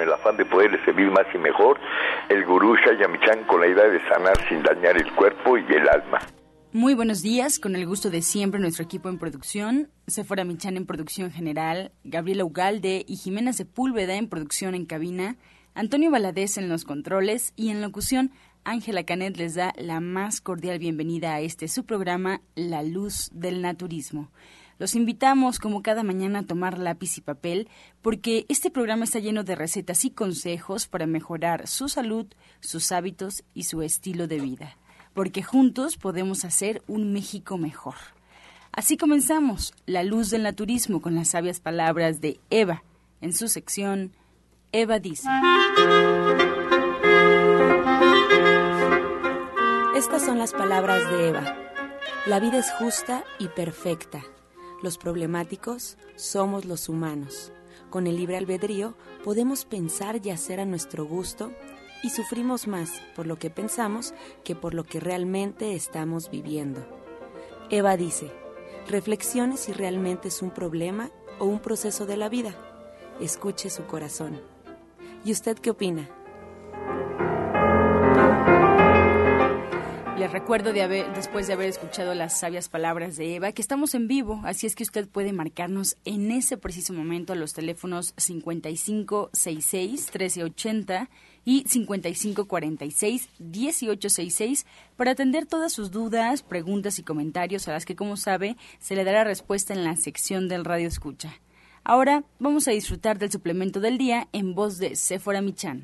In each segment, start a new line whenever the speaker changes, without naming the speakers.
el afán de poderles servir más y mejor, el gurú Shayamichan con la idea de sanar sin dañar el cuerpo y el alma.
Muy buenos días, con el gusto de siempre nuestro equipo en producción, Séfora Michan en producción general, Gabriela Ugalde y Jimena Sepúlveda en producción en cabina, Antonio Valadez en los controles y en locución, Ángela Canet les da la más cordial bienvenida a este su programa, La Luz del Naturismo. Los invitamos, como cada mañana, a tomar lápiz y papel, porque este programa está lleno de recetas y consejos para mejorar su salud, sus hábitos y su estilo de vida. Porque juntos podemos hacer un México mejor. Así comenzamos La Luz del Naturismo con las sabias palabras de Eva, en su sección Eva dice.
Estas son las palabras de Eva. La vida es justa y perfecta. Los problemáticos somos los humanos. Con el libre albedrío podemos pensar y hacer a nuestro gusto y sufrimos más por lo que pensamos que por lo que realmente estamos viviendo. Eva dice, reflexione si realmente es un problema o un proceso de la vida. Escuche su corazón. ¿Y usted qué opina?
Les recuerdo después de haber escuchado las sabias palabras de Eva, que estamos en vivo, así es que usted puede marcarnos en ese preciso momento a los teléfonos 5566-1380 y 5546-1866 para atender todas sus dudas, preguntas y comentarios a las que, como sabe, se le dará respuesta en la sección del Radio Escucha. Ahora vamos a disfrutar del suplemento del día en voz de Séfora Michan.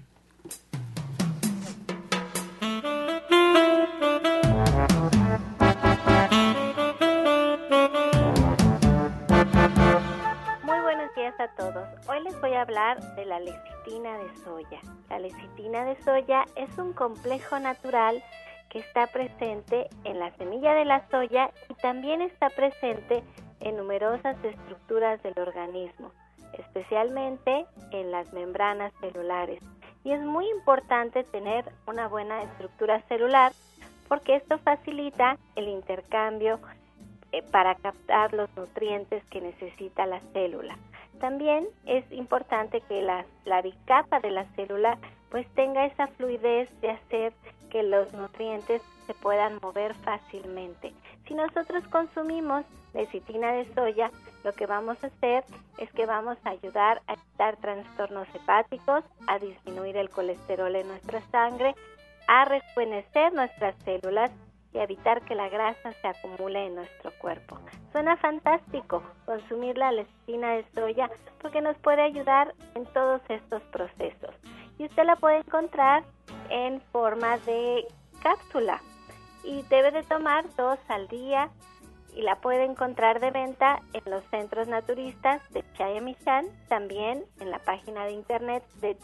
A todos. Hoy les voy a hablar de la lecitina de soya. La lecitina de soya es un complejo natural que está presente en la semilla de la soya y también está presente en numerosas estructuras del organismo, especialmente en las membranas celulares. Y es muy importante tener una buena estructura celular porque esto facilita el intercambio para captar los nutrientes que necesita la célula. También es importante que la bicapa de la célula pues tenga esa fluidez de hacer que los nutrientes se puedan mover fácilmente. Si nosotros consumimos lecitina de soya, lo que vamos a hacer es que vamos a ayudar a evitar trastornos hepáticos, a disminuir el colesterol en nuestra sangre, a rejuvenecer nuestras células y evitar que la grasa se acumule en nuestro cuerpo. Suena fantástico consumir la lecitina de soya porque nos puede ayudar en todos estos procesos. Y usted la puede encontrar en forma de cápsula y debe de tomar 2 al día y la puede encontrar de venta en los centros naturistas de Chayamichan, también en la página de internet de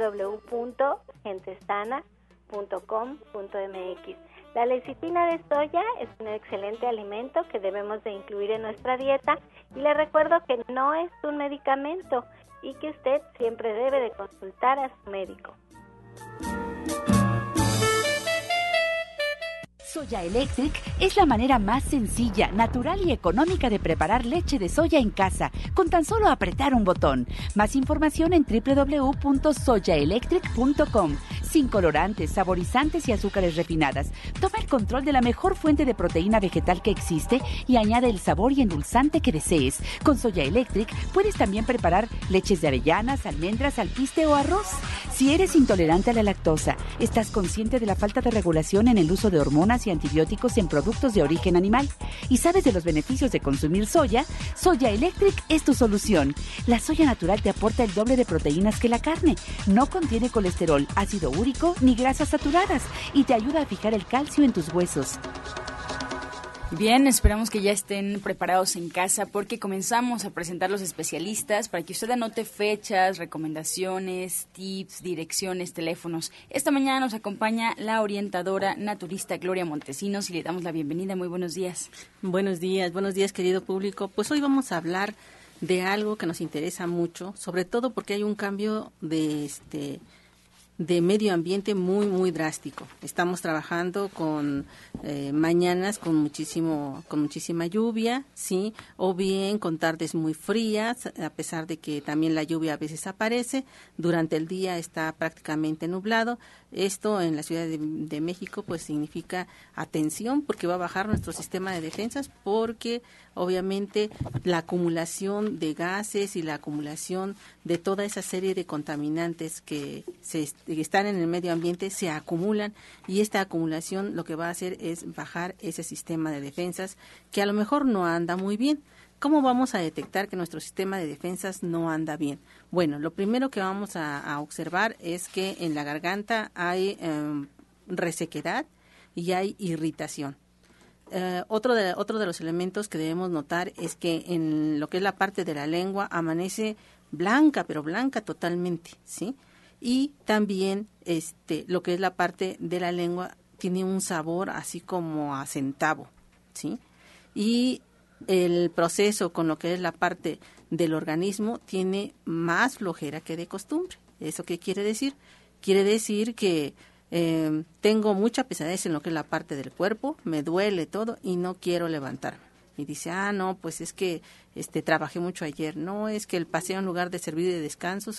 www.gentesana.com.mx. La lecitina de soya es un excelente alimento que debemos de incluir en nuestra dieta y le recuerdo que no es un medicamento y que usted siempre debe de consultar a su médico.
Soya Electric es la manera más sencilla, natural y económica de preparar leche de soya en casa, con tan solo apretar un botón. Más información en www.soyaelectric.com. Sin colorantes, saborizantes y azúcares refinadas. Toma el control de la mejor fuente de proteína vegetal que existe y añade el sabor y endulzante que desees. Con Soya Electric puedes también preparar leches de avellanas, almendras, alpiste o arroz. Si eres intolerante a la lactosa, estás consciente de la falta de regulación en el uso de hormonas y antibióticos en productos de origen animal y sabes de los beneficios de consumir soya, Soya Electric es tu solución. La soya natural te aporta el doble de proteínas que la carne, no contiene colesterol, ácido úrico ni grasas saturadas y te ayuda a fijar el calcio en tus huesos.
Bien, esperamos que ya estén preparados en casa porque comenzamos a presentar los especialistas para que usted anote fechas, recomendaciones, tips, direcciones, teléfonos. Esta mañana nos acompaña la orientadora naturista Gloria Montesinos y le damos la bienvenida. Muy buenos días.
Buenos días querido público. Pues hoy vamos a hablar de algo que nos interesa mucho, sobre todo porque hay un cambio de de medio ambiente muy, muy drástico. Estamos trabajando con mañanas con muchísima lluvia, sí, o bien con tardes muy frías, a pesar de que también la lluvia a veces aparece. Durante el día está prácticamente nublado. Esto en la Ciudad de México pues significa atención, porque va a bajar nuestro sistema de defensas, porque obviamente la acumulación de gases y la acumulación de toda esa serie de contaminantes que están en el medio ambiente se acumulan, y esta acumulación lo que va a hacer es bajar ese sistema de defensas que a lo mejor no anda muy bien. ¿Cómo vamos a detectar que nuestro sistema de defensas no anda bien? Bueno, lo primero que vamos a observar es que en la garganta hay resequedad y hay irritación. Otro de los elementos que debemos notar es que en lo que es la parte de la lengua amanece blanca, pero blanca totalmente, ¿sí? Y también lo que es la parte de la lengua tiene un sabor así como a centavo, ¿sí? Y el proceso con lo que es la parte del organismo tiene más flojera que de costumbre. ¿Eso qué quiere decir? Quiere decir que tengo mucha pesadez en lo que es la parte del cuerpo, me duele todo y no quiero levantarme. Y dice, no, pues es que trabajé mucho ayer. No, es que el paseo en lugar de servir de descanso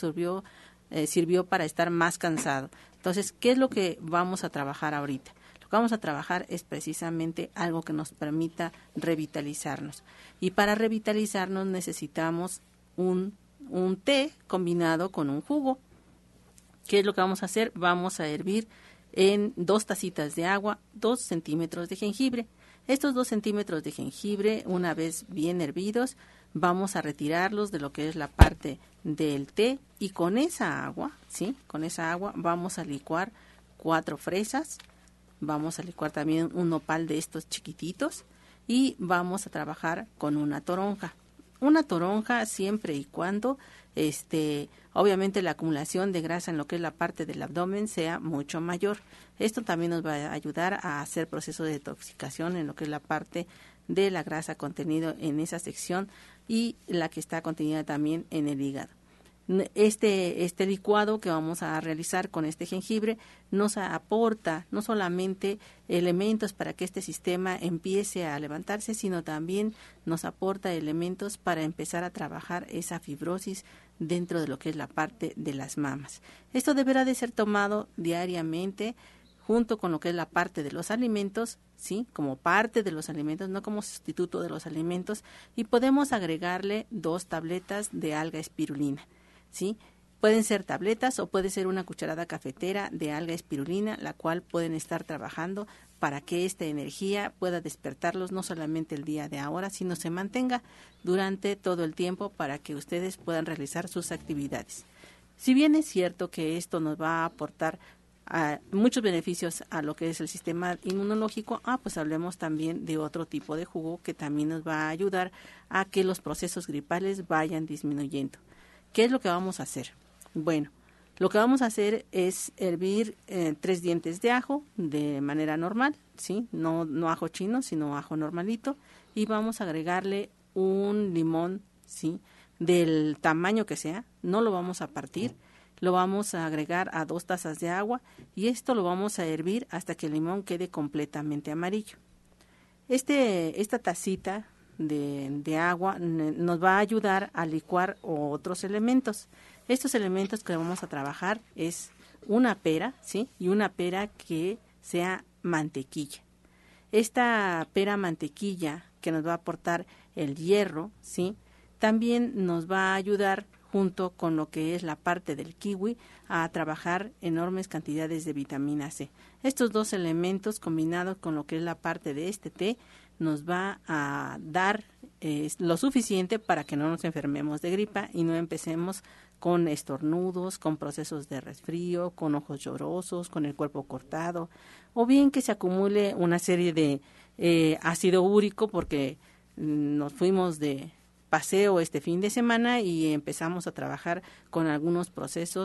sirvió para estar más cansado. Entonces, ¿qué es lo que vamos a trabajar ahorita? Lo que vamos a trabajar es precisamente algo que nos permita revitalizarnos. Y para revitalizarnos necesitamos un té combinado con un jugo. ¿Qué es lo que vamos a hacer? Vamos a hervir en 2 tacitas de agua 2 centímetros de jengibre. Estos 2 centímetros de jengibre, una vez bien hervidos, vamos a retirarlos de lo que es la parte del té, y con esa agua, ¿sí? Con esa agua vamos a licuar 4 fresas, vamos a licuar también un nopal de estos chiquititos, y vamos a trabajar con una toronja. Una toronja siempre y cuando obviamente la acumulación de grasa en lo que es la parte del abdomen sea mucho mayor. Esto también nos va a ayudar a hacer proceso de detoxificación en lo que es la parte de la grasa contenido en esa sección y la que está contenida también en el hígado. Este licuado que vamos a realizar con este jengibre nos aporta no solamente elementos para que este sistema empiece a levantarse, sino también nos aporta elementos para empezar a trabajar esa fibrosis dentro de lo que es la parte de las mamas. Esto deberá de ser tomado diariamente junto con lo que es la parte de los alimentos, ¿sí? Como parte de los alimentos, no como sustituto de los alimentos, y podemos agregarle 2 tabletas de alga espirulina, ¿sí? Pueden ser tabletas o puede ser una cucharada cafetera de alga espirulina, la cual pueden estar trabajando para que esta energía pueda despertarlos no solamente el día de ahora, sino se mantenga durante todo el tiempo para que ustedes puedan realizar sus actividades. Si bien es cierto que esto nos va a aportar muchos beneficios a lo que es el sistema inmunológico, pues hablemos también de otro tipo de jugo que también nos va a ayudar a que los procesos gripales vayan disminuyendo. ¿Qué es lo que vamos a hacer? Bueno, lo que vamos a hacer es hervir 3 dientes de ajo de manera normal, ¿sí? No ajo chino, sino ajo normalito, y vamos a agregarle un limón, ¿sí? Del tamaño que sea, no lo vamos a partir, lo vamos a agregar a 2 tazas de agua y esto lo vamos a hervir hasta que el limón quede completamente amarillo. Esta tacita de agua nos va a ayudar a licuar otros elementos. Estos elementos que vamos a trabajar es una pera, ¿sí? Y una pera que sea mantequilla. Esta pera mantequilla que nos va a aportar el hierro, ¿sí? También nos va a ayudar junto con lo que es la parte del kiwi a trabajar enormes cantidades de vitamina C. Estos 2 elementos combinados con lo que es la parte de este té nos va a dar lo suficiente para que no nos enfermemos de gripa y no empecemos con estornudos, con procesos de resfrío, con ojos llorosos, con el cuerpo cortado, o bien que se acumule una serie de ácido úrico porque nos fuimos de paseo este fin de semana y empezamos a trabajar con algunos procesos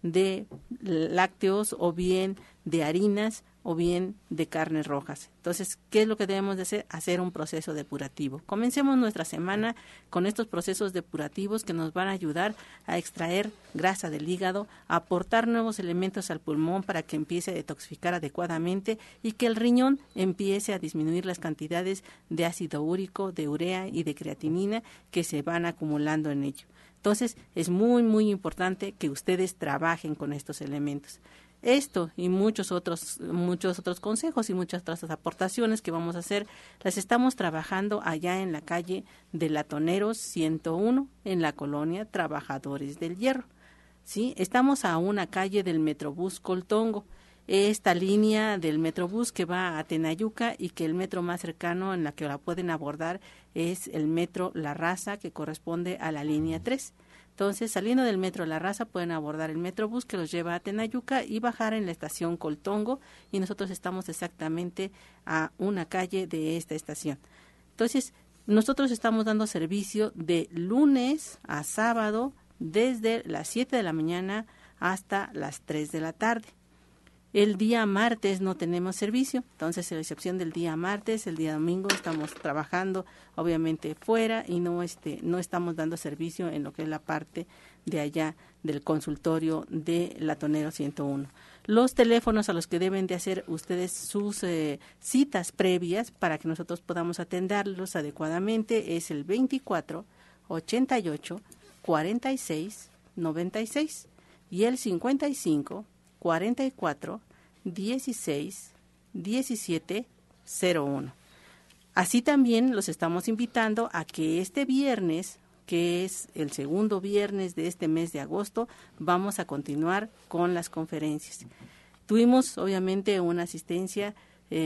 de lácteos o bien de harinas o bien de carnes rojas. Entonces, ¿qué es lo que debemos de hacer? Hacer un proceso depurativo. Comencemos nuestra semana con estos procesos depurativos que nos van a ayudar a extraer grasa del hígado, a aportar nuevos elementos al pulmón para que empiece a detoxificar adecuadamente y que el riñón empiece a disminuir las cantidades de ácido úrico, de urea y de creatinina que se van acumulando en ello. Entonces, es muy, muy importante que ustedes trabajen con estos elementos. Esto y muchos otros consejos y muchas otras aportaciones que vamos a hacer, las estamos trabajando allá en la calle de Latoneros 101, en la colonia Trabajadores del Hierro. ¿Sí? Estamos a una calle del Metrobús Coltongo. Esta línea del Metrobús que va a Tenayuca y que el metro más cercano en la que la pueden abordar es el metro La Raza, que corresponde a la línea 3. Entonces, saliendo del metro La Raza, pueden abordar el Metrobús que los lleva a Tenayuca y bajar en la estación Coltongo, y nosotros estamos exactamente a una calle de esta estación. Entonces, nosotros estamos dando servicio de lunes a sábado desde las 7 de la mañana hasta las 3 de la tarde. El día martes no tenemos servicio, entonces a excepción del día martes, el día domingo estamos trabajando obviamente fuera y no estamos dando servicio en lo que es la parte de allá del consultorio de Latonero 101. Los teléfonos a los que deben de hacer ustedes sus citas previas para que nosotros podamos atenderlos adecuadamente es el 24 88 46 96 y el 55 44 16 17 01. Así también los estamos invitando a que este viernes, que es el segundo viernes de este mes de agosto, vamos a continuar con las conferencias. Tuvimos obviamente una asistencia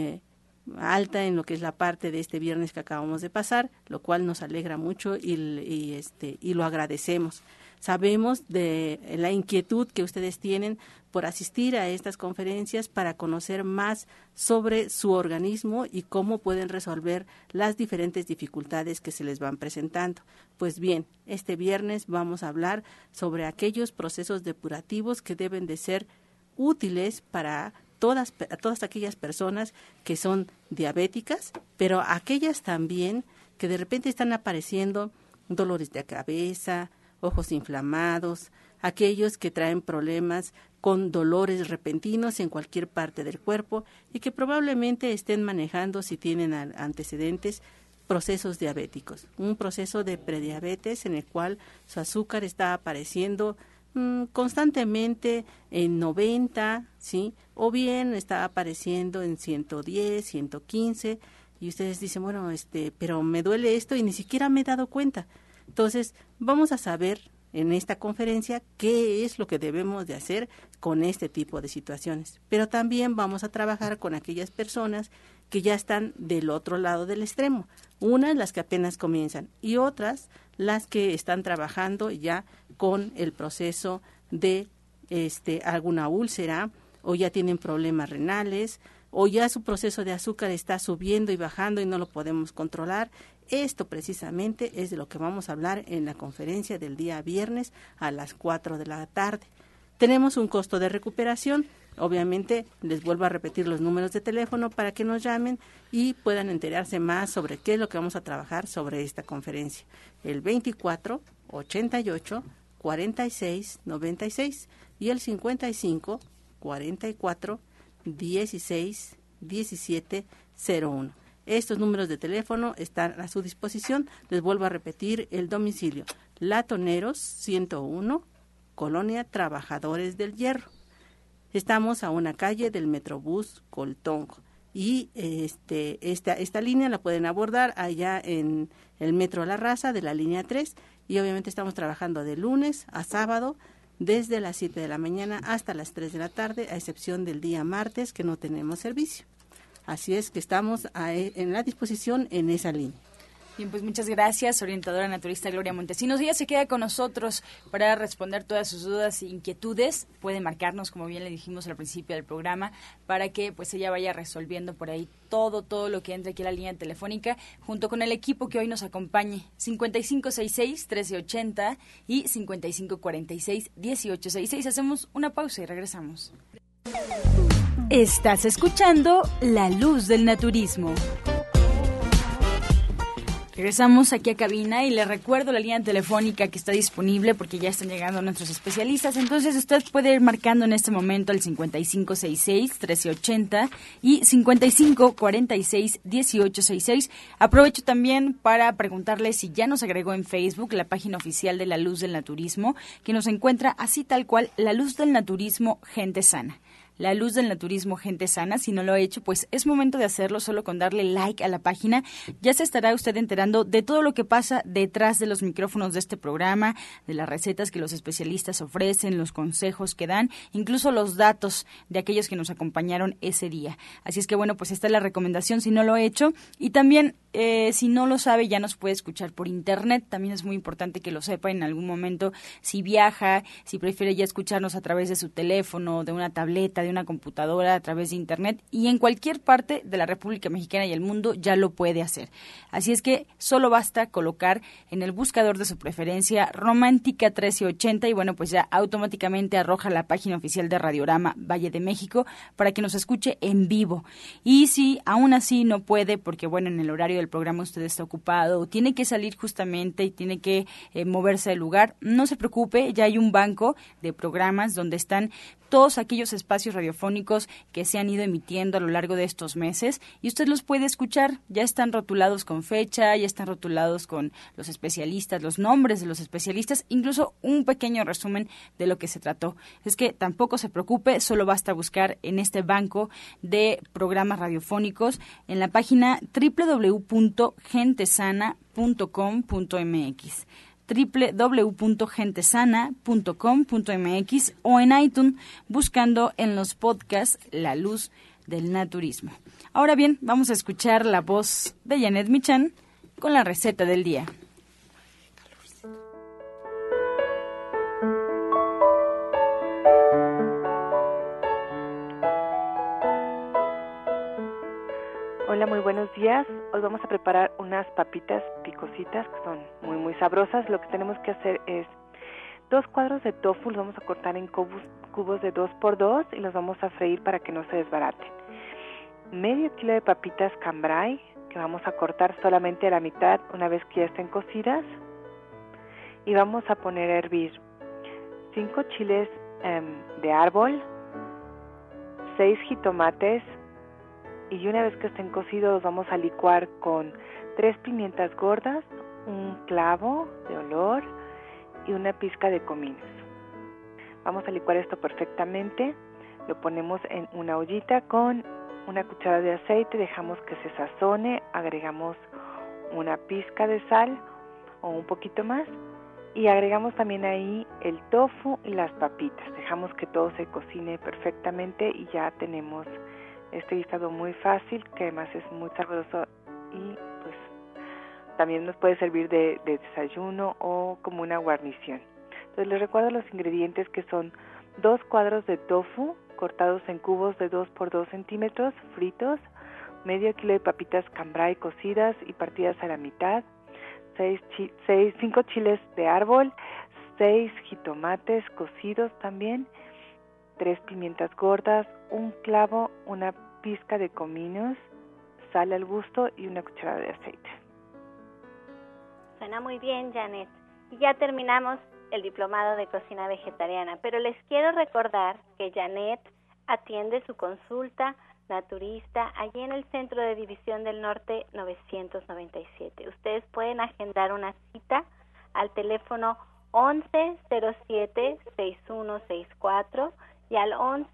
alta en lo que es la parte de este viernes que acabamos de pasar, lo cual nos alegra mucho y lo agradecemos. Sabemos de la inquietud que ustedes tienen por asistir a estas conferencias para conocer más sobre su organismo y cómo pueden resolver las diferentes dificultades que se les van presentando. Pues bien, este viernes vamos a hablar sobre aquellos procesos depurativos que deben de ser útiles para todas aquellas personas que son diabéticas, pero aquellas también que de repente están apareciendo dolores de cabeza, ojos inflamados, aquellos que traen problemas con dolores repentinos en cualquier parte del cuerpo y que probablemente estén manejando, si tienen antecedentes, procesos diabéticos, un proceso de prediabetes en el cual su azúcar está apareciendo constantemente en 90, ¿sí? O bien está apareciendo en 110, 115 y ustedes dicen, bueno, pero me duele esto y ni siquiera me he dado cuenta. Entonces, vamos a saber en esta conferencia qué es lo que debemos de hacer con este tipo de situaciones. Pero también vamos a trabajar con aquellas personas que ya están del otro lado del extremo. Unas las que apenas comienzan y otras las que están trabajando ya con el proceso de alguna úlcera o ya tienen problemas renales o ya su proceso de azúcar está subiendo y bajando y no lo podemos controlar. Esto precisamente es de lo que vamos a hablar en la conferencia del día viernes a las 4 de la tarde. Tenemos un costo de recuperación. Obviamente, les vuelvo a repetir los números de teléfono para que nos llamen y puedan enterarse más sobre qué es lo que vamos a trabajar sobre esta conferencia. El 24 88 46 96 y el 55 44 16 17 01. Estos números de teléfono están a su disposición. Les vuelvo a repetir el domicilio. Latoneros 101, Colonia Trabajadores del Hierro. Estamos a una calle del Metrobús Coltongo. Y esta línea la pueden abordar allá en el Metro La Raza de la línea 3. Y obviamente estamos trabajando de lunes a sábado desde las 7 de la mañana hasta las 3 de la tarde, a excepción del día martes que no tenemos servicio. Así es que estamos en la disposición en esa línea.
Bien, pues muchas gracias, orientadora naturista Gloria Montesinos. Ella se queda con nosotros para responder todas sus dudas e inquietudes. Puede marcarnos, como bien le dijimos al principio del programa, para que pues ella vaya resolviendo por ahí todo lo que entre aquí a la línea telefónica, junto con el equipo que hoy nos acompañe. 5566-1380 y 5546-1866. Hacemos una pausa y regresamos. Estás escuchando La Luz del Naturismo. Regresamos aquí a cabina y le recuerdo la línea telefónica que está disponible porque ya están llegando nuestros especialistas. Entonces usted puede ir marcando en este momento el 5566-1380 y 5546-1866. Aprovecho también para preguntarle si ya nos agregó en Facebook la página oficial de La Luz del Naturismo, que nos encuentra así tal cual, La Luz del Naturismo Gente Sana. La Luz del Naturismo Gente Sana. Si no lo ha hecho, pues es momento de hacerlo solo con darle like a la página. Ya se estará usted enterando de todo lo que pasa detrás de los micrófonos de este programa, de las recetas que los especialistas ofrecen, los consejos que dan, incluso los datos de aquellos que nos acompañaron ese día. Así es que bueno, pues esta es la recomendación si no lo ha hecho. Y también, si no lo sabe, ya nos puede escuchar por internet. También es muy importante que lo sepa en algún momento, si viaja, si prefiere ya escucharnos a través de su teléfono, de una tableta, de una computadora, a través de internet, y en cualquier parte de la República Mexicana y el mundo ya lo puede hacer. Así es que solo basta colocar en el buscador de su preferencia Romántica 1380 y bueno, pues ya automáticamente arroja la página oficial de Radiorama Valle de México para que nos escuche en vivo. Y si aún así no puede, porque bueno, en el horario del programa usted está ocupado o tiene que salir justamente y tiene que moverse del lugar, no se preocupe, ya hay un banco de programas donde están todos aquellos espacios radiofónicos que se han ido emitiendo a lo largo de estos meses y usted los puede escuchar. Ya están rotulados con fecha, ya están rotulados con los especialistas, los nombres de los especialistas, incluso un pequeño resumen de lo que se trató. Es que tampoco se preocupe, solo basta buscar en este banco de programas radiofónicos en la página www.gentesana.com.mx www.gentesana.com.mx o en iTunes buscando en los podcasts La Luz del Naturismo. Ahora bien, vamos a escuchar la voz de Janet Michan con la receta del día.
Hola, muy buenos días. Hoy vamos a preparar unas papitas picositas que son muy sabrosas. Lo que tenemos que hacer es 2 cuadros de tofu, los vamos a cortar en cubos de 2x2 y los vamos a freír para que no se desbaraten. Medio kilo de papitas cambray que vamos a cortar solamente a la mitad una vez que ya estén cocidas y vamos a poner a hervir 5 chiles de árbol, 6 jitomates, y una vez que estén cocidos los vamos a licuar con 3 pimientas gordas, un clavo de olor y una pizca de cominos. Vamos a licuar esto perfectamente, lo ponemos en una ollita con una cucharada de aceite, dejamos que se sazone, agregamos una pizca de sal o un poquito más y agregamos también ahí el tofu y las papitas. Dejamos que todo se cocine perfectamente y ya tenemos este guisado muy fácil, que además es muy sabroso y pues también nos puede servir de desayuno o como una guarnición. Entonces les recuerdo los ingredientes, que son 2 cuadros de tofu cortados en cubos de 2x2 centímetros, fritos, medio kilo de papitas cambray cocidas y partidas a la mitad, 5 chiles de árbol, 6 jitomates cocidos también, 3 pimientas gordas, un clavo, una pizca de cominos, sal al gusto y una cucharada de aceite.
Suena muy bien, Janet. Y ya terminamos el diplomado de cocina vegetariana, pero les quiero recordar que Janet atiende su consulta naturista allí en el Centro de División del Norte 997. Ustedes pueden agendar una cita al teléfono 1107-6164 y al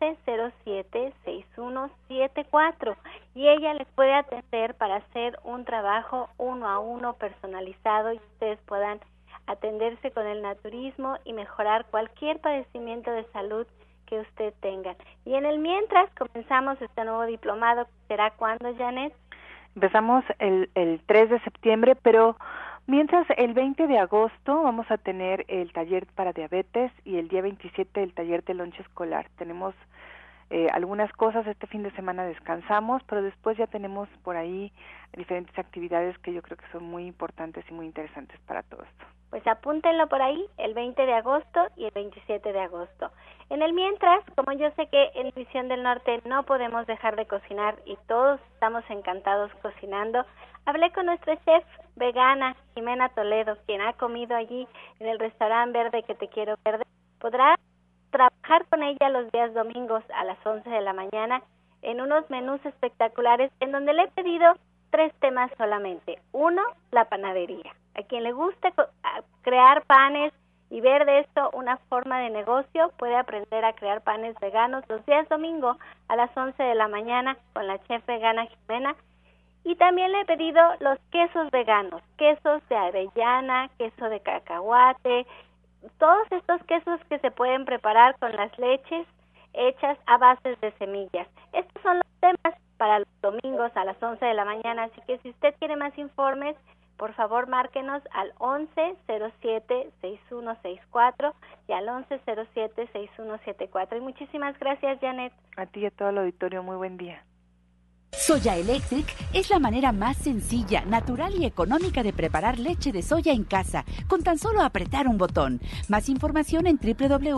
1107-6174, y ella les puede atender para hacer un trabajo 1 a 1 personalizado y ustedes puedan atenderse con el naturismo y mejorar cualquier padecimiento de salud que usted tenga. Y en el mientras comenzamos este nuevo diplomado. ¿Será cuándo, Janet?
Empezamos el 3 de septiembre, pero mientras el 20 de agosto vamos a tener el taller para diabetes y el día 27 el taller de lonche escolar. Tenemos algunas cosas, este fin de semana descansamos, pero después ya tenemos por ahí diferentes actividades que yo creo que son muy importantes y muy interesantes para todo esto.
Pues apúntenlo por ahí, el 20 de agosto y el 27 de agosto. En el mientras, como yo sé que en Visión del Norte no podemos dejar de cocinar y todos estamos encantados cocinando, hablé con nuestra chef vegana, Jimena Toledo, quien ha comido allí en el restaurante Verde que te quiero verde. Podrá trabajar con ella los días domingos a las 11 de la mañana en unos menús espectaculares en donde le he pedido 3 temas solamente. 1, la panadería. A quien le guste crear panes y ver de esto una forma de negocio, puede aprender a crear panes veganos los días domingo a las 11 de la mañana con la chef vegana Jimena. Y también le he pedido los quesos veganos, quesos de avellana, queso de cacahuate, todos estos quesos que se pueden preparar con las leches hechas a bases de semillas. Estos son los temas para los domingos a las 11 de la mañana, así que si usted quiere más informes, por favor márquenos al 1107-6164 y al 1107-6174. Y muchísimas gracias, Janet.
A ti y a todo el auditorio, muy buen día.
Soya Electric es la manera más sencilla, natural y económica de preparar leche de soya en casa, con tan solo apretar un botón. Más información en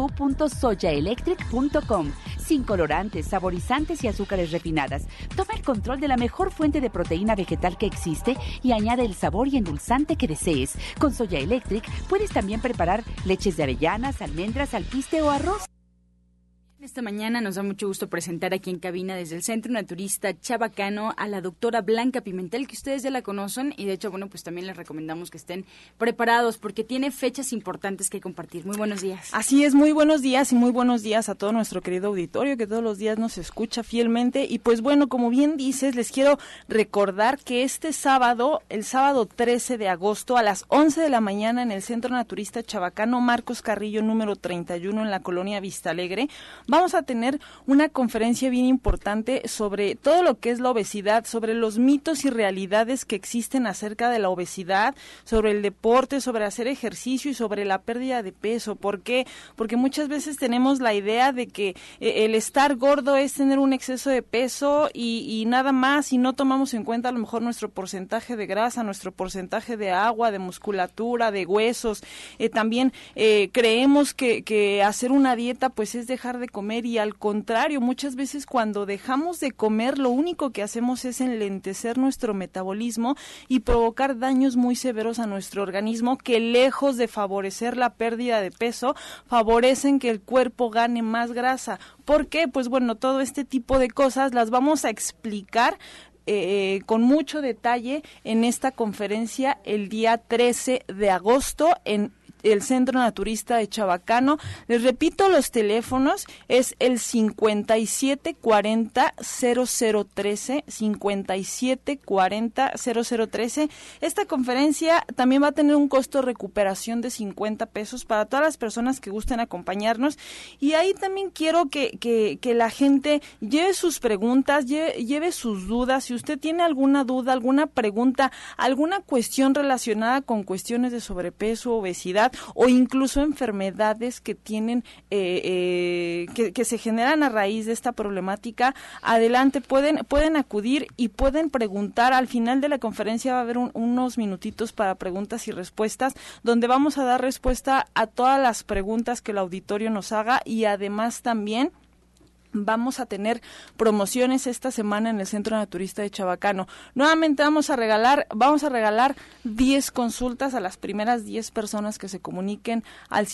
www.soyaelectric.com. Sin colorantes, saborizantes y azúcares refinadas. Toma el control de la mejor fuente de proteína vegetal que existe y añade el sabor y endulzante que desees. Con Soya Electric puedes también preparar leches de avellanas, almendras, alpiste o arroz.
Esta mañana nos da mucho gusto presentar aquí en cabina desde el Centro Naturista Chabacano a la doctora Blanca Pimentel, que ustedes ya la conocen y de hecho, bueno, pues también les recomendamos que estén preparados porque tiene fechas importantes que compartir. Muy buenos días.
Así es, muy buenos días y muy buenos días a todo nuestro querido auditorio que todos los días nos escucha fielmente. Y pues bueno, como bien dices, les quiero recordar que este sábado, el sábado 13 de agosto a las 11 de la mañana en el Centro Naturista Chabacano Marcos Carrillo número 31 en la colonia Vista Alegre, vamos a tener una conferencia bien importante sobre todo lo que es la obesidad, sobre los mitos y realidades que existen acerca de la obesidad, sobre el deporte, sobre hacer ejercicio y sobre la pérdida de peso. ¿Por qué? Porque muchas veces tenemos la idea de que el estar gordo es tener un exceso de peso y nada más, y no tomamos en cuenta a lo mejor nuestro porcentaje de grasa, nuestro porcentaje de agua, de musculatura, de huesos. También creemos que hacer una dieta pues es dejar de comer, y al contrario, muchas veces cuando dejamos de comer lo único que hacemos es enlentecer nuestro metabolismo y provocar daños muy severos a nuestro organismo que, lejos de favorecer la pérdida de peso, favorecen que el cuerpo gane más grasa. ¿Por qué? Pues bueno, todo este tipo de cosas las vamos a explicar con mucho detalle en esta conferencia el día 13 de agosto en el Centro Naturista de Chabacano. Les repito, los teléfonos es el 5740-0013, 5740-0013. Esta conferencia también va a tener un costo de recuperación de 50 pesos para todas las personas que gusten acompañarnos, y ahí también quiero que la gente lleve sus preguntas, lleve sus dudas. Si usted tiene alguna duda, alguna pregunta, alguna cuestión relacionada con cuestiones de sobrepeso, obesidad, o incluso enfermedades que tienen que se generan a raíz de esta problemática, adelante, pueden acudir y pueden preguntar. Al final de la conferencia va a haber unos minutitos para preguntas y respuestas, donde vamos a dar respuesta a todas las preguntas que el auditorio nos haga, y además también vamos a tener promociones esta semana en el Centro Naturista de Chabacano. Nuevamente vamos a regalar 10 consultas a las primeras 10 personas que se comuniquen al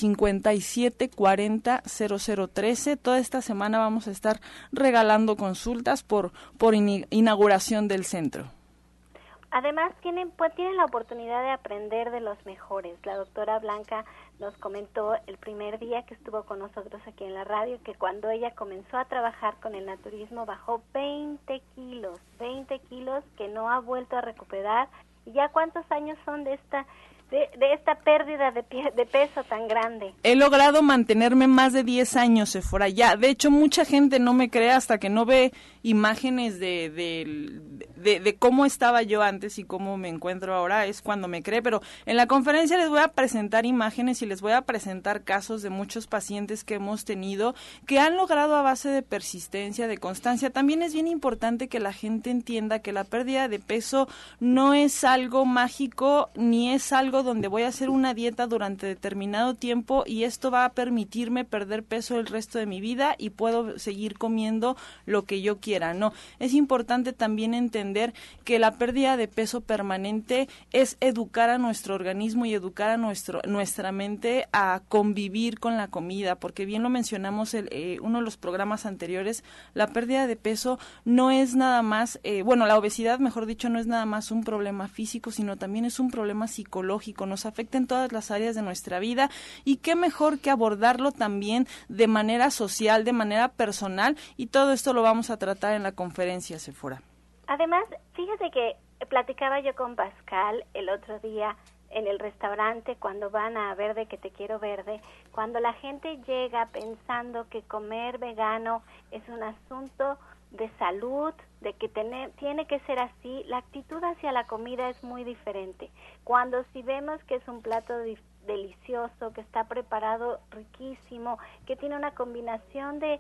5740-0013. Toda esta semana vamos a estar regalando consultas por inauguración del centro.
Además, tienen la oportunidad de aprender de los mejores. La doctora Blanca nos comentó el primer día que estuvo con nosotros aquí en la radio que cuando ella comenzó a trabajar con el naturismo bajó 20 kilos que no ha vuelto a recuperar. ¿Y ya cuántos años son de de esta pérdida de peso tan grande?
He logrado mantenerme más de 10 años, Sephora, ya. De hecho, mucha gente no me cree hasta que no ve imágenes de cómo estaba yo antes y cómo me encuentro ahora, es cuando me cree. Pero en la conferencia les voy a presentar imágenes y les voy a presentar casos de muchos pacientes que hemos tenido que han logrado a base de persistencia, de constancia. También es bien importante que la gente entienda que la pérdida de peso no es algo mágico ni es algo donde voy a hacer una dieta durante determinado tiempo y esto va a permitirme perder peso el resto de mi vida y puedo seguir comiendo lo que yo quiera. No, es importante también entender que la pérdida de peso permanente es educar a nuestro organismo y educar a nuestra mente a convivir con la comida, porque bien lo mencionamos uno de los programas anteriores, la pérdida de peso no es nada más, la obesidad, mejor dicho, no es nada más un problema físico, sino también es un problema psicológico, nos afecta en todas las áreas de nuestra vida y qué mejor que abordarlo también de manera social, de manera personal, y todo esto lo vamos a tratar en la conferencia, Sephora.
Además, fíjate que platicaba yo con Pascal el otro día en el restaurante cuando van a Verde que te quiero verde, cuando la gente llega pensando que comer vegano es un asunto de salud, de que tiene que ser así, la actitud hacia la comida es muy diferente. Cuando si vemos que es un plato delicioso, que está preparado riquísimo, que tiene una combinación de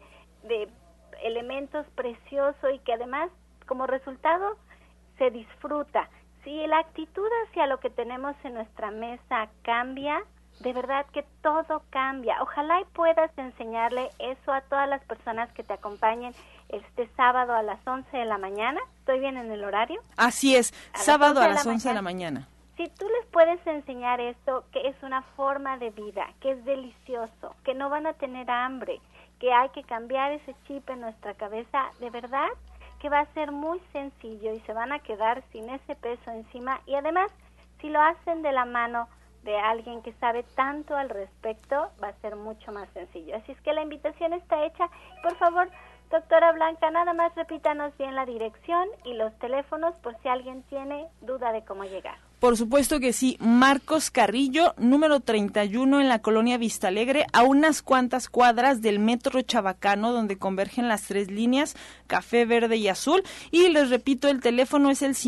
elementos preciosos y que además como resultado se disfruta. Si la actitud hacia lo que tenemos en nuestra mesa cambia, de verdad que todo cambia. Ojalá y puedas enseñarle eso a todas las personas que te acompañen este sábado a las 11 de la mañana. ¿Estoy bien en el horario?
Así es, sábado a las 11 de la mañana.
Si tú les puedes enseñar esto, que es una forma de vida, que es delicioso, que no van a tener hambre, que hay que cambiar ese chip en nuestra cabeza, de verdad que va a ser muy sencillo y se van a quedar sin ese peso encima. Y además, si lo hacen de la mano de alguien que sabe tanto al respecto, va a ser mucho más sencillo. Así es que la invitación está hecha. Por favor, doctora Blanca, nada más repítanos bien la dirección y los teléfonos por si alguien tiene duda de cómo llegar.
Por supuesto que sí, Marcos Carrillo, número 31 en la colonia Vistalegre, a unas cuantas cuadras del metro Chabacano, donde convergen las 3 líneas, café, verde y azul. Y les repito, el teléfono es el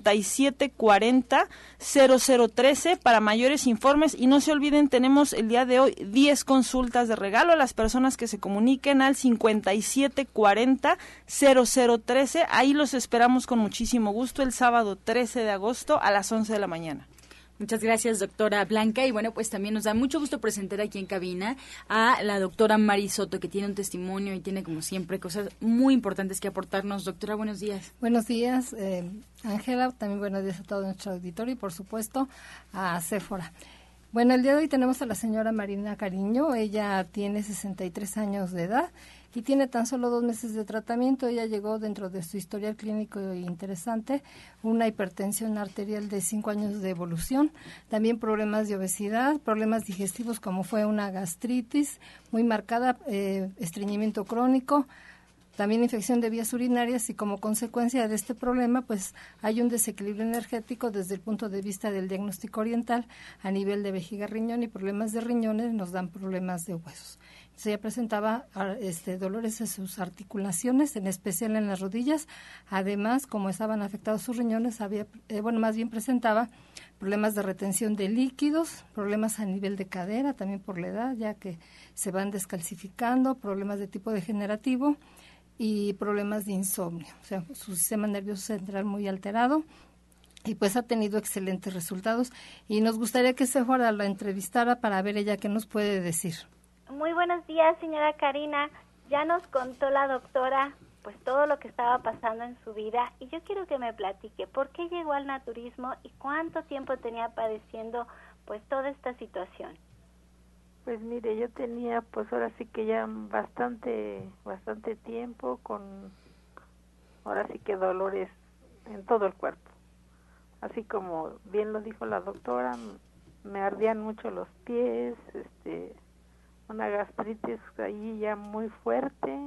5740-0013 para mayores informes. Y no se olviden, tenemos el día de hoy 10 consultas de regalo a las personas que se comuniquen al 5740-0013. Ahí los esperamos con muchísimo gusto el sábado 13 de agosto a las 11 de la mañana.
Muchas gracias, doctora Blanca. Y bueno, pues también nos da mucho gusto presentar aquí en cabina a la doctora Mari Soto, que tiene un testimonio y tiene, como siempre, cosas muy importantes que aportarnos. Doctora, buenos días.
Buenos días, Ángela. También buenos días a todo nuestro auditorio y, por supuesto, a Sephora. Bueno, el día de hoy tenemos a la señora Marina Cariño. Ella tiene 63 años de edad y tiene tan solo 2 meses de tratamiento. Ella llegó dentro de su historial clínico interesante, una hipertensión arterial de 5 años de evolución, también problemas de obesidad, problemas digestivos como fue una gastritis muy marcada, estreñimiento crónico, también infección de vías urinarias y como consecuencia de este problema pues hay un desequilibrio energético desde el punto de vista del diagnóstico oriental a nivel de vejiga riñón y problemas de riñones nos dan problemas de huesos. Entonces ella presentaba dolores en sus articulaciones, en especial en las rodillas. Además, como estaban afectados sus riñones, presentaba problemas de retención de líquidos, problemas a nivel de cadera, también por la edad, ya que se van descalcificando, problemas de tipo degenerativo y problemas de insomnio, o sea, su sistema nervioso central muy alterado y pues ha tenido excelentes resultados y nos gustaría que Sephora la entrevistara para ver ella qué nos puede decir.
Muy buenos días, señora Karina. Ya nos contó la doctora pues todo lo que estaba pasando en su vida y yo quiero que me platique por qué llegó al naturismo y cuánto tiempo tenía padeciendo pues toda esta situación.
Pues mire, yo tenía pues ahora sí que ya bastante tiempo con ahora sí que dolores en todo el cuerpo. Así como bien lo dijo la doctora, me ardían mucho los pies, una gastritis ahí ya muy fuerte,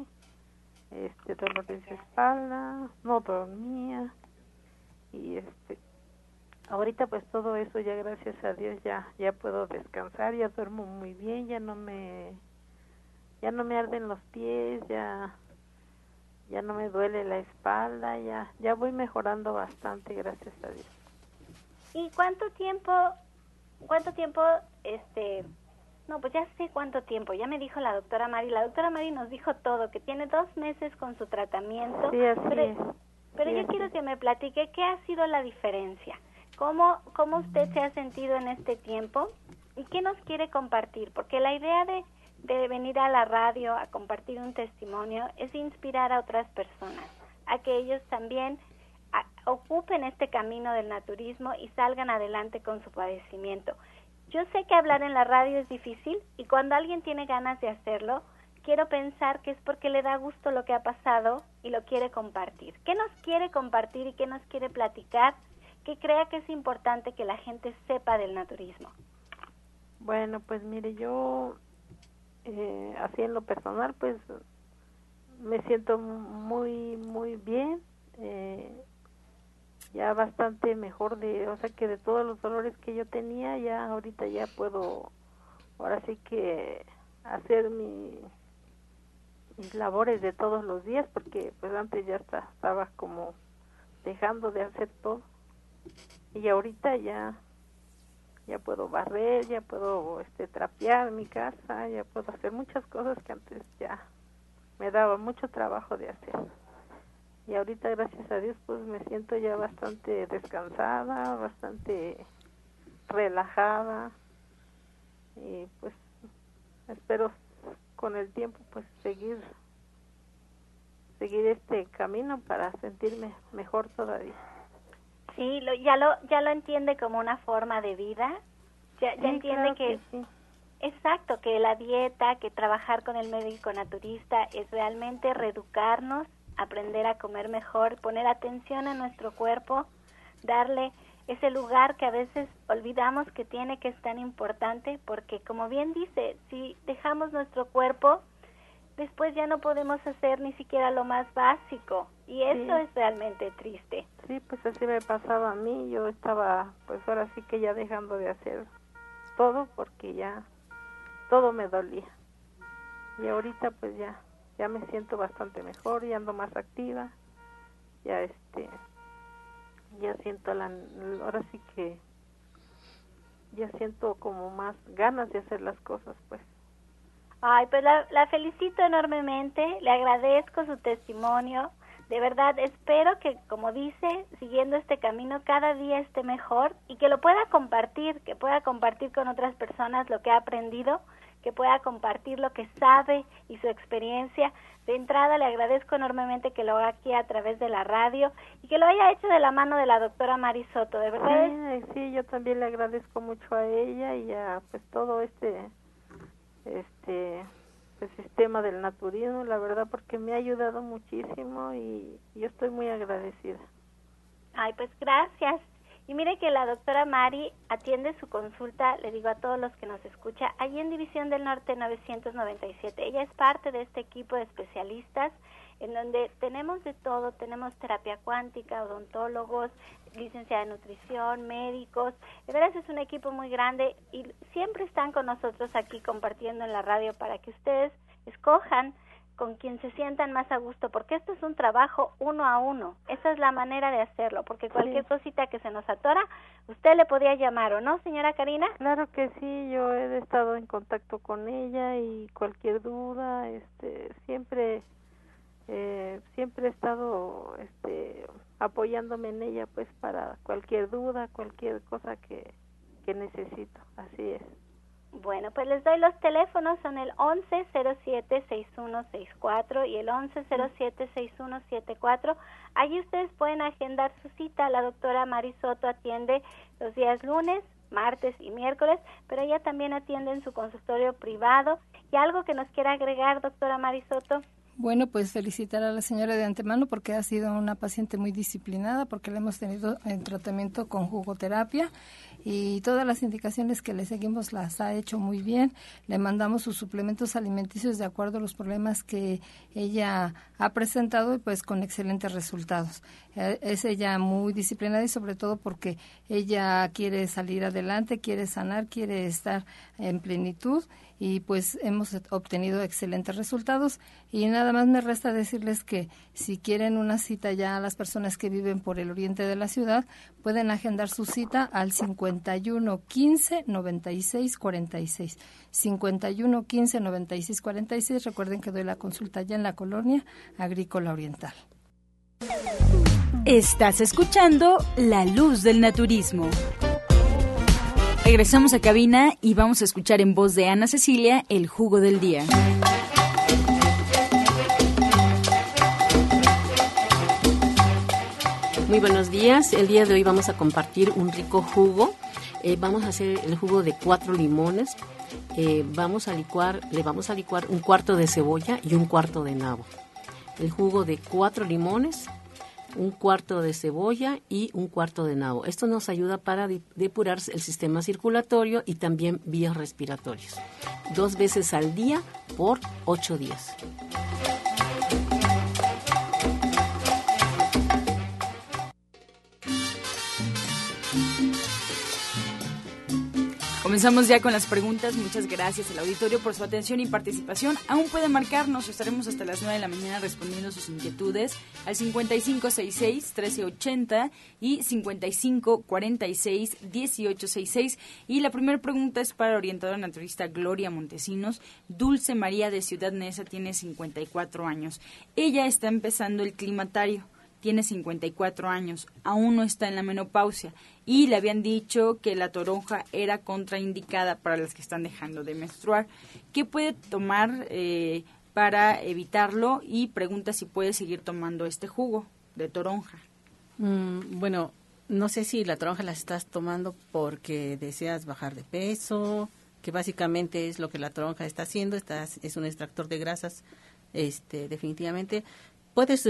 dolores de espalda, no dormía y ahorita pues todo eso ya gracias a Dios ya puedo descansar, ya duermo muy bien, ya no me arden los pies, ya no me duele la espalda, ya voy mejorando bastante, gracias a Dios.
¿Y cuánto tiempo, no, pues ya sé cuánto tiempo, ya me dijo la doctora Mari nos dijo todo, que tiene 2 meses con su tratamiento.
Sí, así es.
Pero
sí,
yo quiero que me platique qué ha sido la diferencia, cómo usted se ha sentido en este tiempo y qué nos quiere compartir, porque la idea de venir a la radio a compartir un testimonio es inspirar a otras personas, a que ellos también ocupen este camino del naturismo y salgan adelante con su padecimiento. Yo sé que hablar en la radio es difícil y cuando alguien tiene ganas de hacerlo, quiero pensar que es porque le da gusto lo que ha pasado y lo quiere compartir. ¿Qué nos quiere compartir y qué nos quiere platicar que crea que es importante que la gente sepa del naturismo?
Bueno, pues mire, yo así en lo personal pues me siento muy muy bien, ya bastante mejor o sea que de todos los dolores que yo tenía, ya ahorita ya puedo ahora sí que hacer mis labores de todos los días, porque pues antes ya estaba como dejando de hacer todo y ahorita ya puedo barrer, ya puedo trapear mi casa, ya puedo hacer muchas cosas que antes ya me daba mucho trabajo de hacer. Y ahorita, gracias a Dios, pues me siento ya bastante descansada, bastante relajada y pues espero con el tiempo pues seguir este camino para sentirme mejor todavía.
Sí, ya lo entiende como una forma de vida, ya
sí,
entiende
claro
que
sí.
Exacto, que la dieta, que trabajar con el médico naturista es realmente reeducarnos, aprender a comer mejor, poner atención a nuestro cuerpo, darle ese lugar que a veces olvidamos que tiene, que es tan importante, porque como bien dice, si dejamos nuestro cuerpo, después ya no podemos hacer ni siquiera lo más básico, y eso es realmente triste.
Sí, pues así me pasaba a mí, yo estaba pues ahora sí que ya dejando de hacer todo porque ya todo me dolía. Y ahorita pues ya me siento bastante mejor, ya ando más activa, ya ya siento ahora sí que ya siento como más ganas de hacer las cosas, pues.
Ay, pues la felicito enormemente, le agradezco su testimonio, de verdad espero que, como dice, siguiendo este camino cada día esté mejor y que lo pueda compartir, que pueda compartir con otras personas lo que ha aprendido, que pueda compartir lo que sabe y su experiencia. De entrada le agradezco enormemente que lo haga aquí a través de la radio y que lo haya hecho de la mano de la doctora Mari Soto, de verdad.
Sí, yo también le agradezco mucho a ella y a pues todo este pues, sistema del naturismo, la verdad, porque me ha ayudado muchísimo y yo estoy muy agradecida.
Ay, pues gracias. Y mire que la doctora Mari atiende su consulta, le digo a todos los que nos escucha, allí en División del Norte 997. Ella es parte de este equipo de especialistas en donde tenemos de todo, tenemos terapia cuántica, odontólogos, licenciada en nutrición, médicos. De veras es un equipo muy grande y siempre están con nosotros aquí compartiendo en la radio para que ustedes escojan con quien se sientan más a gusto, porque esto es un trabajo 1 a 1. Esa es la manera de hacerlo, porque cualquier cosita que se nos atora, usted le podía llamar, ¿o no, señora Karina?
Claro que sí, yo he estado en contacto con ella y cualquier duda, siempre he estado apoyándome en ella pues para cualquier duda, cualquier cosa que necesito, así es.
Bueno, pues les doy los teléfonos, son el 1107-6164 y el 1107-6174. Allí ustedes pueden agendar su cita. La doctora Mari Soto atiende los días lunes, martes y miércoles, pero ella también atiende en su consultorio privado. ¿Y algo que nos quiera agregar, doctora Mari Soto?
Bueno, pues felicitar a la señora de antemano porque ha sido una paciente muy disciplinada, porque la hemos tenido en tratamiento con jugoterapia y todas las indicaciones que le seguimos las ha hecho muy bien. Le mandamos sus suplementos alimenticios de acuerdo a los problemas que ella ha presentado y pues con excelentes resultados. Es ella muy disciplinada y sobre todo porque ella quiere salir adelante, quiere sanar, quiere estar en plenitud y pues hemos obtenido excelentes resultados. Y nada más me resta decirles que si quieren una cita ya a las personas que viven por el oriente de la ciudad, pueden agendar su cita al 51 15 96 46. 51 15 96 46. Recuerden que doy la consulta ya en la colonia agrícola oriental.
Estás escuchando La Luz del Naturismo. Regresamos a cabina y vamos a escuchar en voz de Ana Cecilia el jugo del día.
Muy buenos días. El día de hoy vamos a compartir un rico jugo. Vamos a hacer el jugo de 4 limones. Le vamos a licuar un cuarto de cebolla y un cuarto de nabo. El jugo de 4 limones, un cuarto de cebolla y un cuarto de nabo. Esto nos ayuda para depurar el sistema circulatorio y también vías respiratorias. 2 veces al día por 8 días.
Comenzamos ya con las preguntas. Muchas gracias al auditorio por su atención y participación. Aún pueden marcarnos, estaremos hasta las 9 de la mañana respondiendo sus inquietudes al 5566-1380 y 5546-1866. Y la primera pregunta es para la orientadora naturista Gloria Montesinos. Dulce María de Ciudad Neza tiene 54 años. Ella está empezando el climatario. Tiene 54 años, aún no está en la menopausia y le habían dicho que la toronja era contraindicada para las que están dejando de menstruar. ¿Qué puede tomar para evitarlo? Y pregunta si puede seguir tomando este jugo de toronja.
Bueno, no sé si la toronja la estás tomando porque deseas bajar de peso, que básicamente es lo que la toronja está haciendo. Es un extractor de grasas, definitivamente. Puedes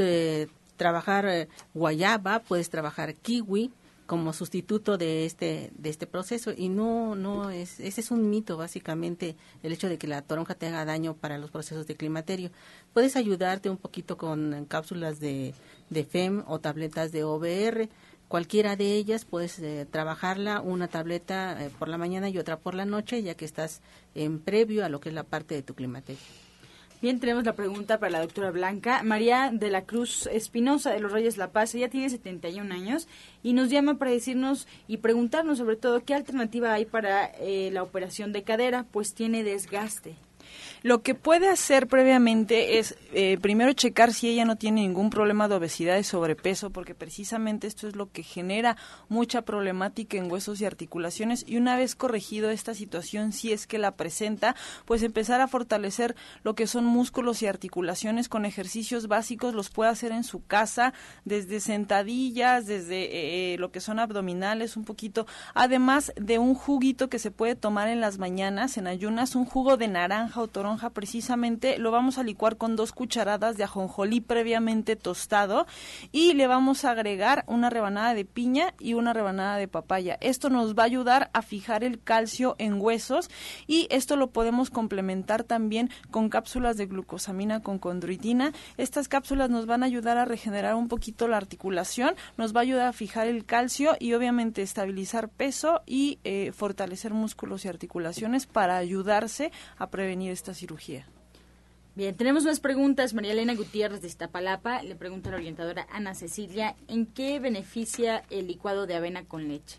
trabajar guayaba, puedes trabajar kiwi como sustituto de este proceso y no es, ese es un mito básicamente, el hecho de que la toronja te haga daño para los procesos de climaterio. Puedes ayudarte un poquito con cápsulas de FEM o tabletas de OBR. Cualquiera de ellas puedes trabajarla, una tableta por la mañana y otra por la noche, ya que estás en previo a lo que es la parte de tu climaterio.
Bien, tenemos la pregunta para la doctora Blanca. María de la Cruz Espinosa de los Reyes La Paz, ella tiene 71 años y nos llama para decirnos y preguntarnos sobre todo qué alternativa hay para la operación de cadera, pues tiene desgaste.
Lo que puede hacer previamente es primero checar si ella no tiene ningún problema de obesidad y sobrepeso, porque precisamente esto es lo que genera mucha problemática en huesos y articulaciones, y una vez corregido esta situación, si es que la presenta, pues empezar a fortalecer lo que son músculos y articulaciones con ejercicios básicos. Los puede hacer en su casa, desde sentadillas, desde lo que son abdominales, un poquito, además de un juguito que se puede tomar en las mañanas, en ayunas, un jugo de naranja o toronja. Precisamente lo vamos a licuar con 2 cucharadas de ajonjolí previamente tostado y le vamos a agregar una rebanada de piña y una rebanada de papaya. Esto nos va a ayudar a fijar el calcio en huesos y esto lo podemos complementar también con cápsulas de glucosamina con condroitina. Estas cápsulas nos van a ayudar a regenerar un poquito la articulación, nos va a ayudar a fijar el calcio y obviamente estabilizar peso y fortalecer músculos y articulaciones para ayudarse a prevenir esta cirugía.
Bien, tenemos unas preguntas. María Elena Gutiérrez de Iztapalapa le pregunta a la orientadora Ana Cecilia, ¿en qué beneficia el licuado de avena con leche?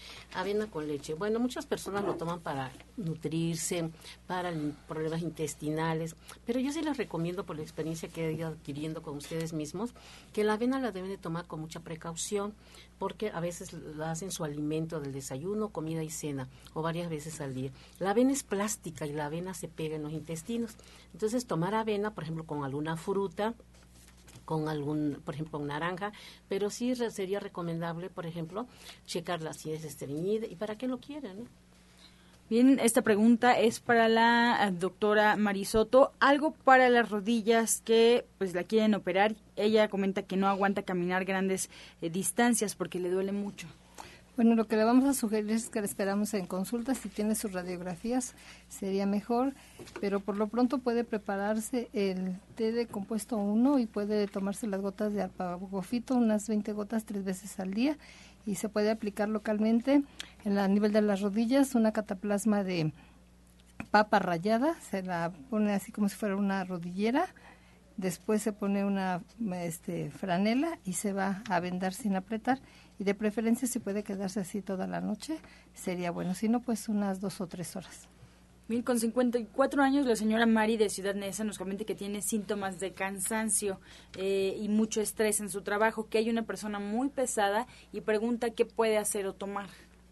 Avena con leche. Bueno, muchas personas lo toman para nutrirse, para problemas intestinales, pero yo sí les recomiendo, por la experiencia que he ido adquiriendo con ustedes mismos, que la avena la deben de tomar con mucha precaución, porque a veces la hacen su alimento del desayuno, comida y cena, o varias veces al día. La avena es plástica y la avena se pega en los intestinos. Entonces, tomar avena, por ejemplo, con alguna fruta, con algún, por ejemplo, naranja, pero sí sería recomendable, por ejemplo, checarla si es estreñida y para qué lo quieren, ¿no?
Bien, esta pregunta es para la doctora Marisoto. Algo para las rodillas que pues la quieren operar. Ella comenta que no aguanta caminar grandes distancias porque le duele mucho.
Bueno, lo que le vamos a sugerir es que le esperamos en consulta. Si tiene sus radiografías sería mejor, pero por lo pronto puede prepararse el té de compuesto 1 y puede tomarse las gotas de alpagofito, unas 20 gotas 3 veces al día, y se puede aplicar localmente a nivel de las rodillas una cataplasma de papa rallada, se la pone así como si fuera una rodillera, después se pone una franela y se va a vendar sin apretar, y de preferencia si puede quedarse así toda la noche sería bueno, si no pues unas 2 o 3 horas.
Bien, con 54 años, la señora Mari de Ciudad Neza nos comenta que tiene síntomas de cansancio y mucho estrés en su trabajo, que hay una persona muy pesada y pregunta qué puede hacer o tomar.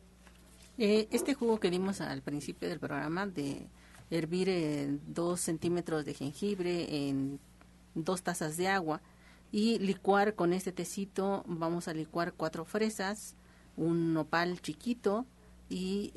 Este jugo que dimos al principio del programa de hervir 2 centímetros de jengibre en 2 tazas de agua y licuar con este tecito, vamos a licuar 4 fresas, un nopal chiquito y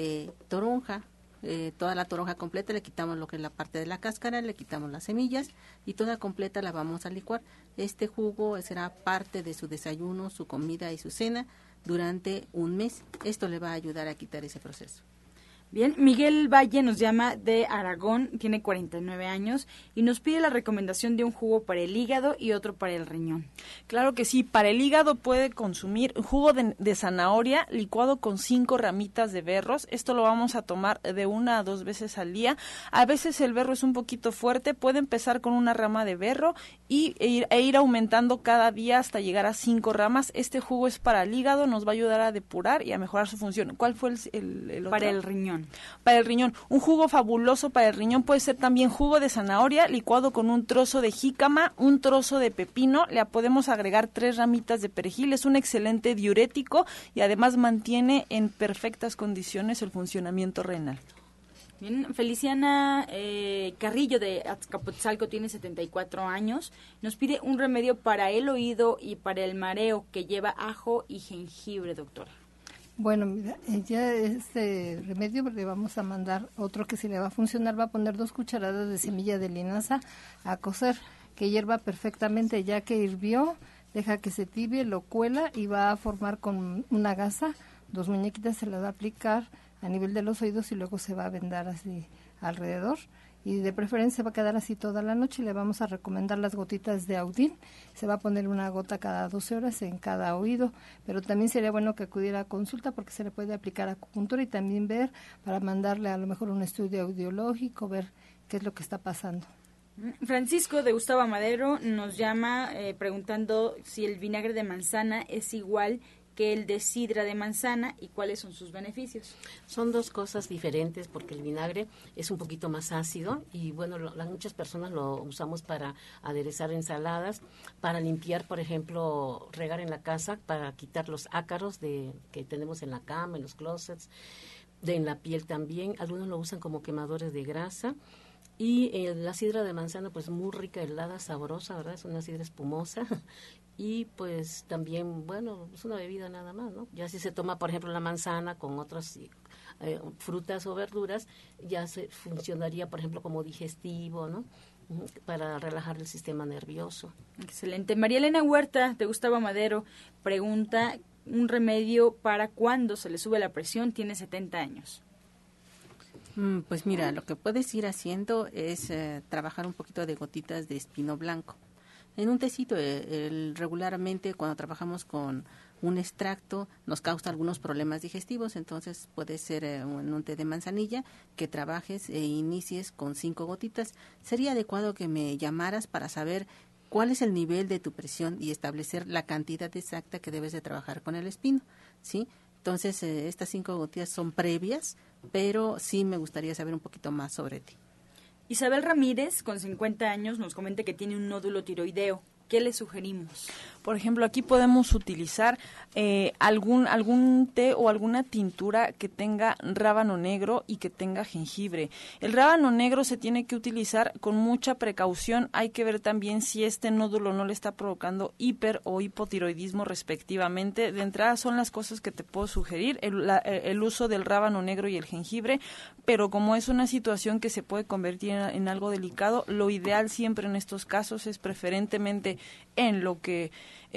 toronja. Toda la toronja completa, le quitamos lo que es la parte de la cáscara, le quitamos las semillas y toda completa la vamos a licuar. Este jugo será parte de su desayuno, su comida y su cena durante un mes. Esto le va a ayudar a quitar ese proceso.
Bien, Miguel Valle nos llama de Aragón, tiene 49 años y nos pide la recomendación de un jugo para el hígado y otro para el riñón.
Claro que sí, para el hígado puede consumir jugo de zanahoria licuado con 5 ramitas de berros. Esto lo vamos a tomar de 1 a 2 veces al día. A veces el berro es un poquito fuerte, puede empezar con una rama de berro e ir aumentando cada día hasta llegar a 5 ramas. Este jugo es para el hígado, nos va a ayudar a depurar y a mejorar su función. ¿Cuál fue el otro?
Para el riñón.
Para el riñón, un jugo fabuloso para el riñón puede ser también jugo de zanahoria licuado con un trozo de jícama, un trozo de pepino, le podemos agregar 3 ramitas de perejil, es un excelente diurético y además mantiene en perfectas condiciones el funcionamiento renal.
Bien, Feliciana Carrillo de Azcapotzalco tiene 74 años, nos pide un remedio para el oído y para el mareo que lleva ajo y jengibre, doctora.
Bueno, mira, ya este remedio le vamos a mandar otro que si le va a funcionar, va a poner 2 cucharadas de semilla de linaza a cocer, que hierva perfectamente, ya que hirvió, deja que se tibie, lo cuela y va a formar con una gasa, 2 muñequitas se le va a aplicar a nivel de los oídos y luego se va a vendar así alrededor. Y de preferencia va a quedar así toda la noche. Le vamos a recomendar las gotitas de Audin. Se va a poner una gota cada 12 horas en cada oído, pero también sería bueno que acudiera a consulta porque se le puede aplicar acupuntura y también ver para mandarle a lo mejor un estudio audiológico, ver qué es lo que está pasando.
Francisco de Gustavo Amadero nos llama preguntando si el vinagre de manzana es igual que el de sidra de manzana y cuáles son sus beneficios.
Son 2 cosas diferentes porque el vinagre es un poquito más ácido y bueno, muchas personas lo usamos para aderezar ensaladas, para limpiar, por ejemplo, regar en la casa, para quitar los ácaros que tenemos en la cama, en los closets, en la piel también. Algunos lo usan como quemadores de grasa. Y la sidra de manzana, pues muy rica, helada, sabrosa, ¿verdad? Es una sidra espumosa. Y pues también, bueno, es una bebida nada más, ¿no? Ya si se toma, por ejemplo, la manzana con otras frutas o verduras, ya funcionaría, por ejemplo, como digestivo, ¿no? Para relajar el sistema nervioso.
Excelente. María Elena Huerta, de Gustavo Madero, pregunta un remedio para cuando se le sube la presión, tiene 70 años.
Pues mira, lo que puedes ir haciendo es trabajar un poquito de gotitas de espino blanco. En un tecito, regularmente cuando trabajamos con un extracto nos causa algunos problemas digestivos, entonces puede ser en un té de manzanilla que trabajes e inicies con 5 gotitas. Sería adecuado que me llamaras para saber cuál es el nivel de tu presión y establecer la cantidad exacta que debes de trabajar con el espino, ¿sí? Entonces, estas 5 gotitas son previas, pero sí me gustaría saber un poquito más sobre ti.
Isabel Ramírez, con 50 años, nos comenta que tiene un nódulo tiroideo. ¿qué le sugerimos?
Por ejemplo, aquí podemos utilizar algún té o alguna tintura que tenga rábano negro y que tenga jengibre. El rábano negro se tiene que utilizar con mucha precaución. Hay que ver también si este nódulo no le está provocando hiper o hipotiroidismo respectivamente. De entrada son las cosas que te puedo sugerir, el uso del rábano negro y el jengibre, pero como es una situación que se puede convertir en algo delicado, lo ideal siempre en estos casos es preferentemente en lo que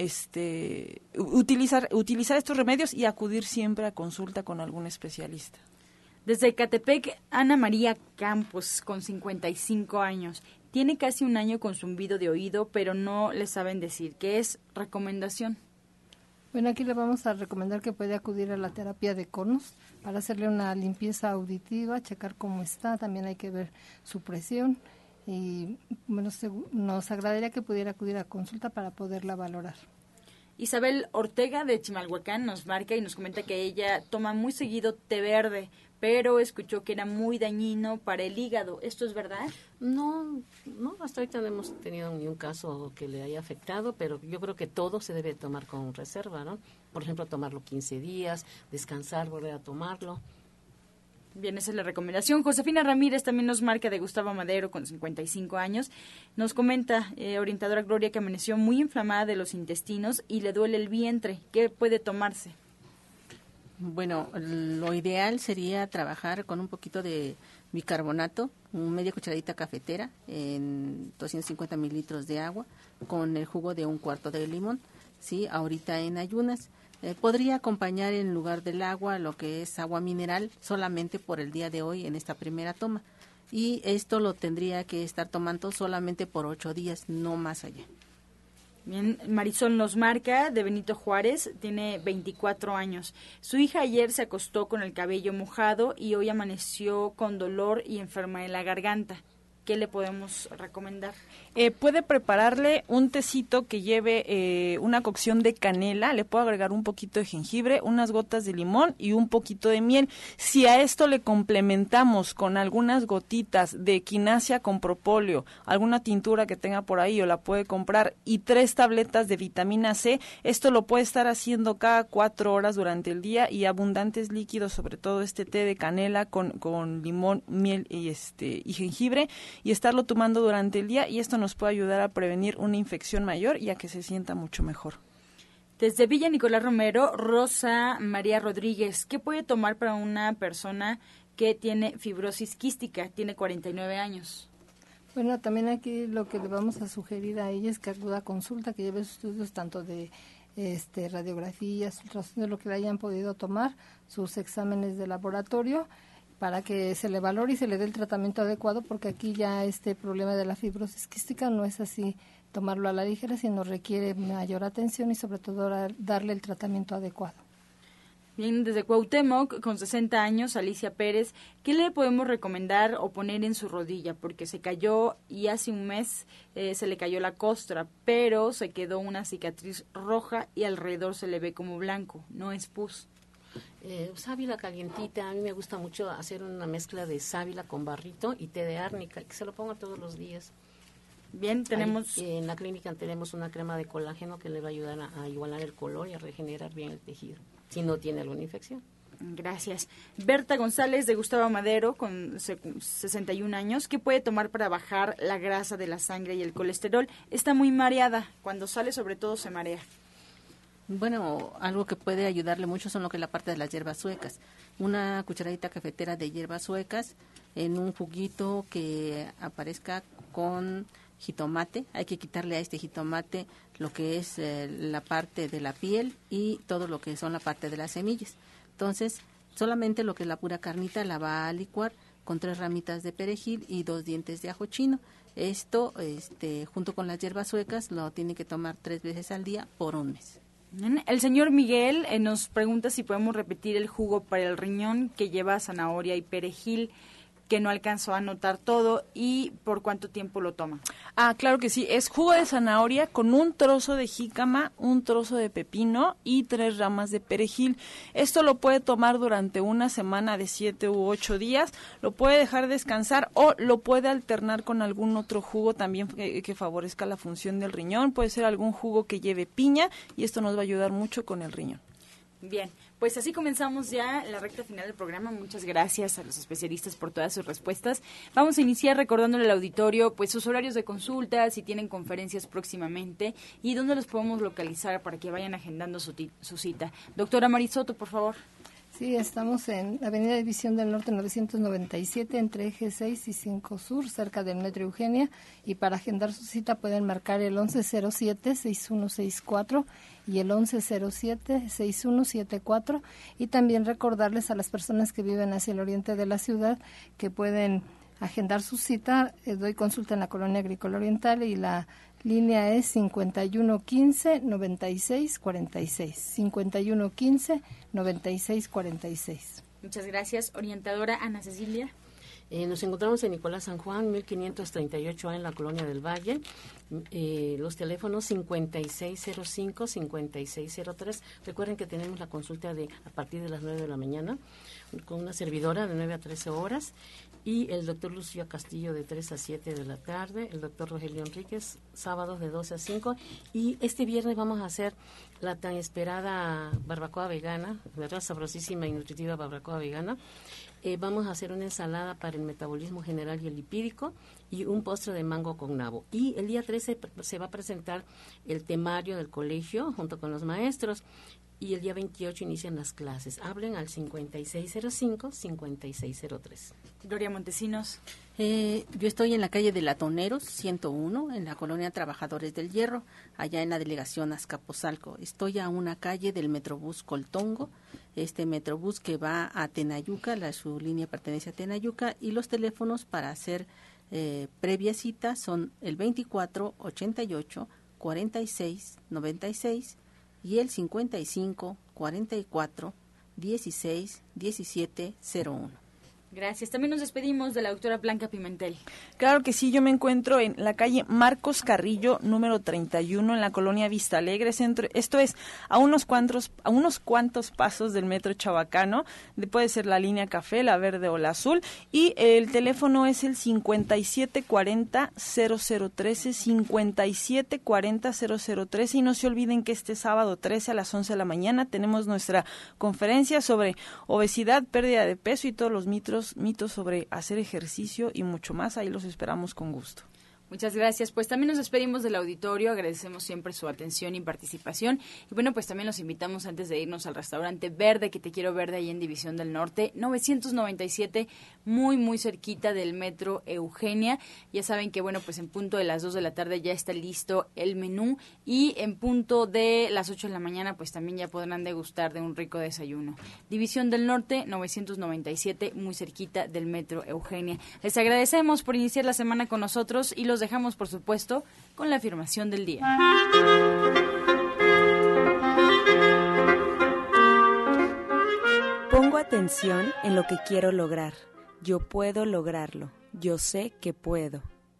utilizar estos remedios y acudir siempre a consulta con algún especialista.
Desde Ecatepec, Ana María Campos, con 55 años, tiene casi un año con zumbido de oído, pero no le saben decir qué es. Recomendación.
Bueno, aquí le vamos a recomendar que puede acudir a la terapia de conos para hacerle una limpieza auditiva, checar cómo está, también hay que ver su presión y bueno, nos agradaría que pudiera acudir a consulta para poderla valorar.
Isabel Ortega de Chimalhuacán nos marca y nos comenta que ella toma muy seguido té verde, pero escuchó que era muy dañino para el hígado. ¿Esto es verdad?
No, hasta ahorita no hemos tenido ni un caso que le haya afectado, pero yo creo que todo se debe tomar con reserva, ¿no? Por ejemplo, tomarlo 15 días, descansar, volver a tomarlo.
Bien, esa es la recomendación. Josefina Ramírez también nos marca de Gustavo Madero con 55 años. Nos comenta, orientadora Gloria, que amaneció muy inflamada de los intestinos y le duele el vientre. ¿Qué puede tomarse?
Bueno, lo ideal sería trabajar con un poquito de bicarbonato, media cucharadita cafetera en 250 mililitros de agua con el jugo de un cuarto de limón, ¿sí? Ahorita en ayunas. Podría acompañar en lugar del agua lo que es agua mineral solamente por el día de hoy en esta primera toma. Y esto lo tendría que estar tomando solamente por 8 días, no más allá.
Bien, Marisol nos marca de Benito Juárez, tiene 24 años. Su hija ayer se acostó con el cabello mojado y hoy amaneció con dolor y enferma de la garganta. ¿Qué le podemos recomendar?
Puede prepararle un tecito que lleve una cocción de canela, le puede agregar un poquito de jengibre, unas gotas de limón y un poquito de miel. Si a esto le complementamos con algunas gotitas de quinasia con propóleo, alguna tintura que tenga por ahí o la puede comprar, y 3 tabletas de vitamina C, esto lo puede estar haciendo cada 4 horas durante el día, y abundantes líquidos, sobre todo este té de canela con limón, miel y jengibre, y estarlo tomando durante el día, y esto nos puede ayudar a prevenir una infección mayor y a que se sienta mucho mejor.
Desde Villa Nicolás Romero, Rosa María Rodríguez, ¿qué puede tomar para una persona que tiene fibrosis quística? Tiene 49 años.
Bueno, también aquí lo que le vamos a sugerir a ella es que acuda a consulta, que lleve sus estudios tanto de radiografías, de lo que le hayan podido tomar, sus exámenes de laboratorio, para que se le valore y se le dé el tratamiento adecuado, porque aquí ya este problema de la fibrosis quística no es así tomarlo a la ligera, sino requiere mayor atención y sobre todo darle el tratamiento adecuado.
Bien, desde Cuauhtémoc, con 60 años, Alicia Pérez, ¿qué le podemos recomendar o poner en su rodilla? Porque se cayó y hace un mes se le cayó la costra, pero se quedó una cicatriz roja y alrededor se le ve como blanco, no es pus.
Sábila calientita, a mí me gusta mucho hacer una mezcla de sábila con barrito y té de árnica, que se lo ponga todos los días.
Bien, tenemos...
Ahí, en la clínica tenemos una crema de colágeno que le va a ayudar a igualar el color y a regenerar bien el tejido, si no tiene alguna infección.
Gracias. Berta González de Gustavo Madero, con 61 años, ¿qué puede tomar para bajar la grasa de la sangre y el colesterol? Está muy mareada, cuando sale sobre todo se marea.
Bueno, algo que puede ayudarle mucho son lo que es la parte de las hierbas suecas. Una cucharadita cafetera de hierbas suecas en un juguito que aparezca con jitomate. Hay que quitarle a este jitomate lo que es la parte de la piel y todo lo que son la parte de las semillas. Entonces, solamente lo que es la pura carnita la va a licuar con 3 ramitas de perejil y 2 dientes de ajo chino. Esto, junto con las hierbas suecas, lo tiene que tomar 3 veces al día por un mes.
El señor Miguel nos pregunta si podemos repetir el jugo para el riñón que lleva zanahoria y perejil. que no alcanzó a anotar todo, y por cuánto tiempo lo toma.
Claro que sí, es jugo de zanahoria con un trozo de jícama, un trozo de pepino y 3 ramas de perejil. Esto lo puede tomar durante una semana de 7 u 8 días, lo puede dejar descansar o lo puede alternar con algún otro jugo también que favorezca la función del riñón. Puede ser algún jugo que lleve piña y esto nos va a ayudar mucho con el riñón.
Bien, pues así comenzamos ya la recta final del programa. Muchas gracias a los especialistas por todas sus respuestas. Vamos a iniciar recordándole al auditorio pues sus horarios de consulta, si tienen conferencias próximamente y dónde los podemos localizar para que vayan agendando su cita. Doctora Marisoto, por favor.
Sí, estamos en Avenida División del Norte 997, entre Eje 6 y 5 Sur, cerca del Metro Eugenia, y para agendar su cita pueden marcar el 1107-6164 y el 1107-6174, y también recordarles a las personas que viven hacia el oriente de la ciudad que pueden agendar su cita. Doy consulta en la Colonia Agrícola Oriental y la línea es 5115-9646, 5115-9646.
Muchas gracias. Orientadora Ana Cecilia.
Nos encontramos en Nicolás San Juan, 1538A, en la Colonia del Valle. Los teléfonos 5605-5603. Recuerden que tenemos la consulta a partir de las 9 de la mañana con una servidora de 9 a 13 horas. Y el doctor Lucio Castillo de 3 a 7 de la tarde, el doctor Rogelio Enríquez, sábados de 12 a 5. Y este viernes vamos a hacer la tan esperada barbacoa vegana, ¿verdad? Sabrosísima y nutritiva barbacoa vegana. Vamos a hacer una ensalada para el metabolismo general y el lipídico y un postre de mango con nabo. Y el día 13 se va a presentar el temario del colegio junto con los maestros. Y el día 28 inician las clases. Hablen al 5605-5603.
Gloria Montesinos.
Yo estoy en la calle de Latoneros, 101, en la Colonia Trabajadores del Hierro, allá en la delegación Azcapotzalco. Estoy a una calle del Metrobús Coltongo, este Metrobús que va a Tenayuca, su línea pertenece a Tenayuca, y los teléfonos para hacer previa cita son el 2488-4696 y el 55-44-16-1701.
Gracias. También nos despedimos de la doctora Blanca Pimentel.
Claro que sí, yo me encuentro en la calle Marcos Carrillo, número 31, en la colonia Vista Alegre Centro. Esto es a unos cuantos pasos del metro Chabacano. Puede ser la línea café, la verde o la azul. Y el teléfono es el 5740-0013, 5740-0013. Y no se olviden que este sábado 13 a las 11 de la mañana tenemos nuestra conferencia sobre obesidad, pérdida de peso y todos los mitos sobre hacer ejercicio y mucho más. Ahí los esperamos con gusto.
Muchas gracias. Pues también nos despedimos del auditorio, agradecemos siempre su atención y participación. Y bueno, pues también los invitamos antes de irnos al restaurante Verde, que te quiero verde, ahí en División del Norte, 997, muy, muy cerquita del Metro Eugenia. Ya saben que, bueno, pues en punto de las 2 de la tarde ya está listo el menú y en punto de las 8 de la mañana, pues también ya podrán degustar de un rico desayuno. División del Norte, 997, muy cerquita del Metro Eugenia. Les agradecemos por iniciar la semana con nosotros y los dejamos, por supuesto, con la afirmación del día.
Pongo atención en lo que quiero lograr. Yo puedo lograrlo. Yo sé que puedo.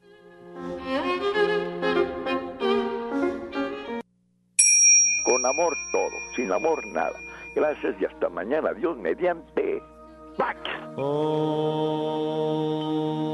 Con amor todo, sin amor nada. Gracias y hasta mañana. Dios mediante. ¡Pax! Oh.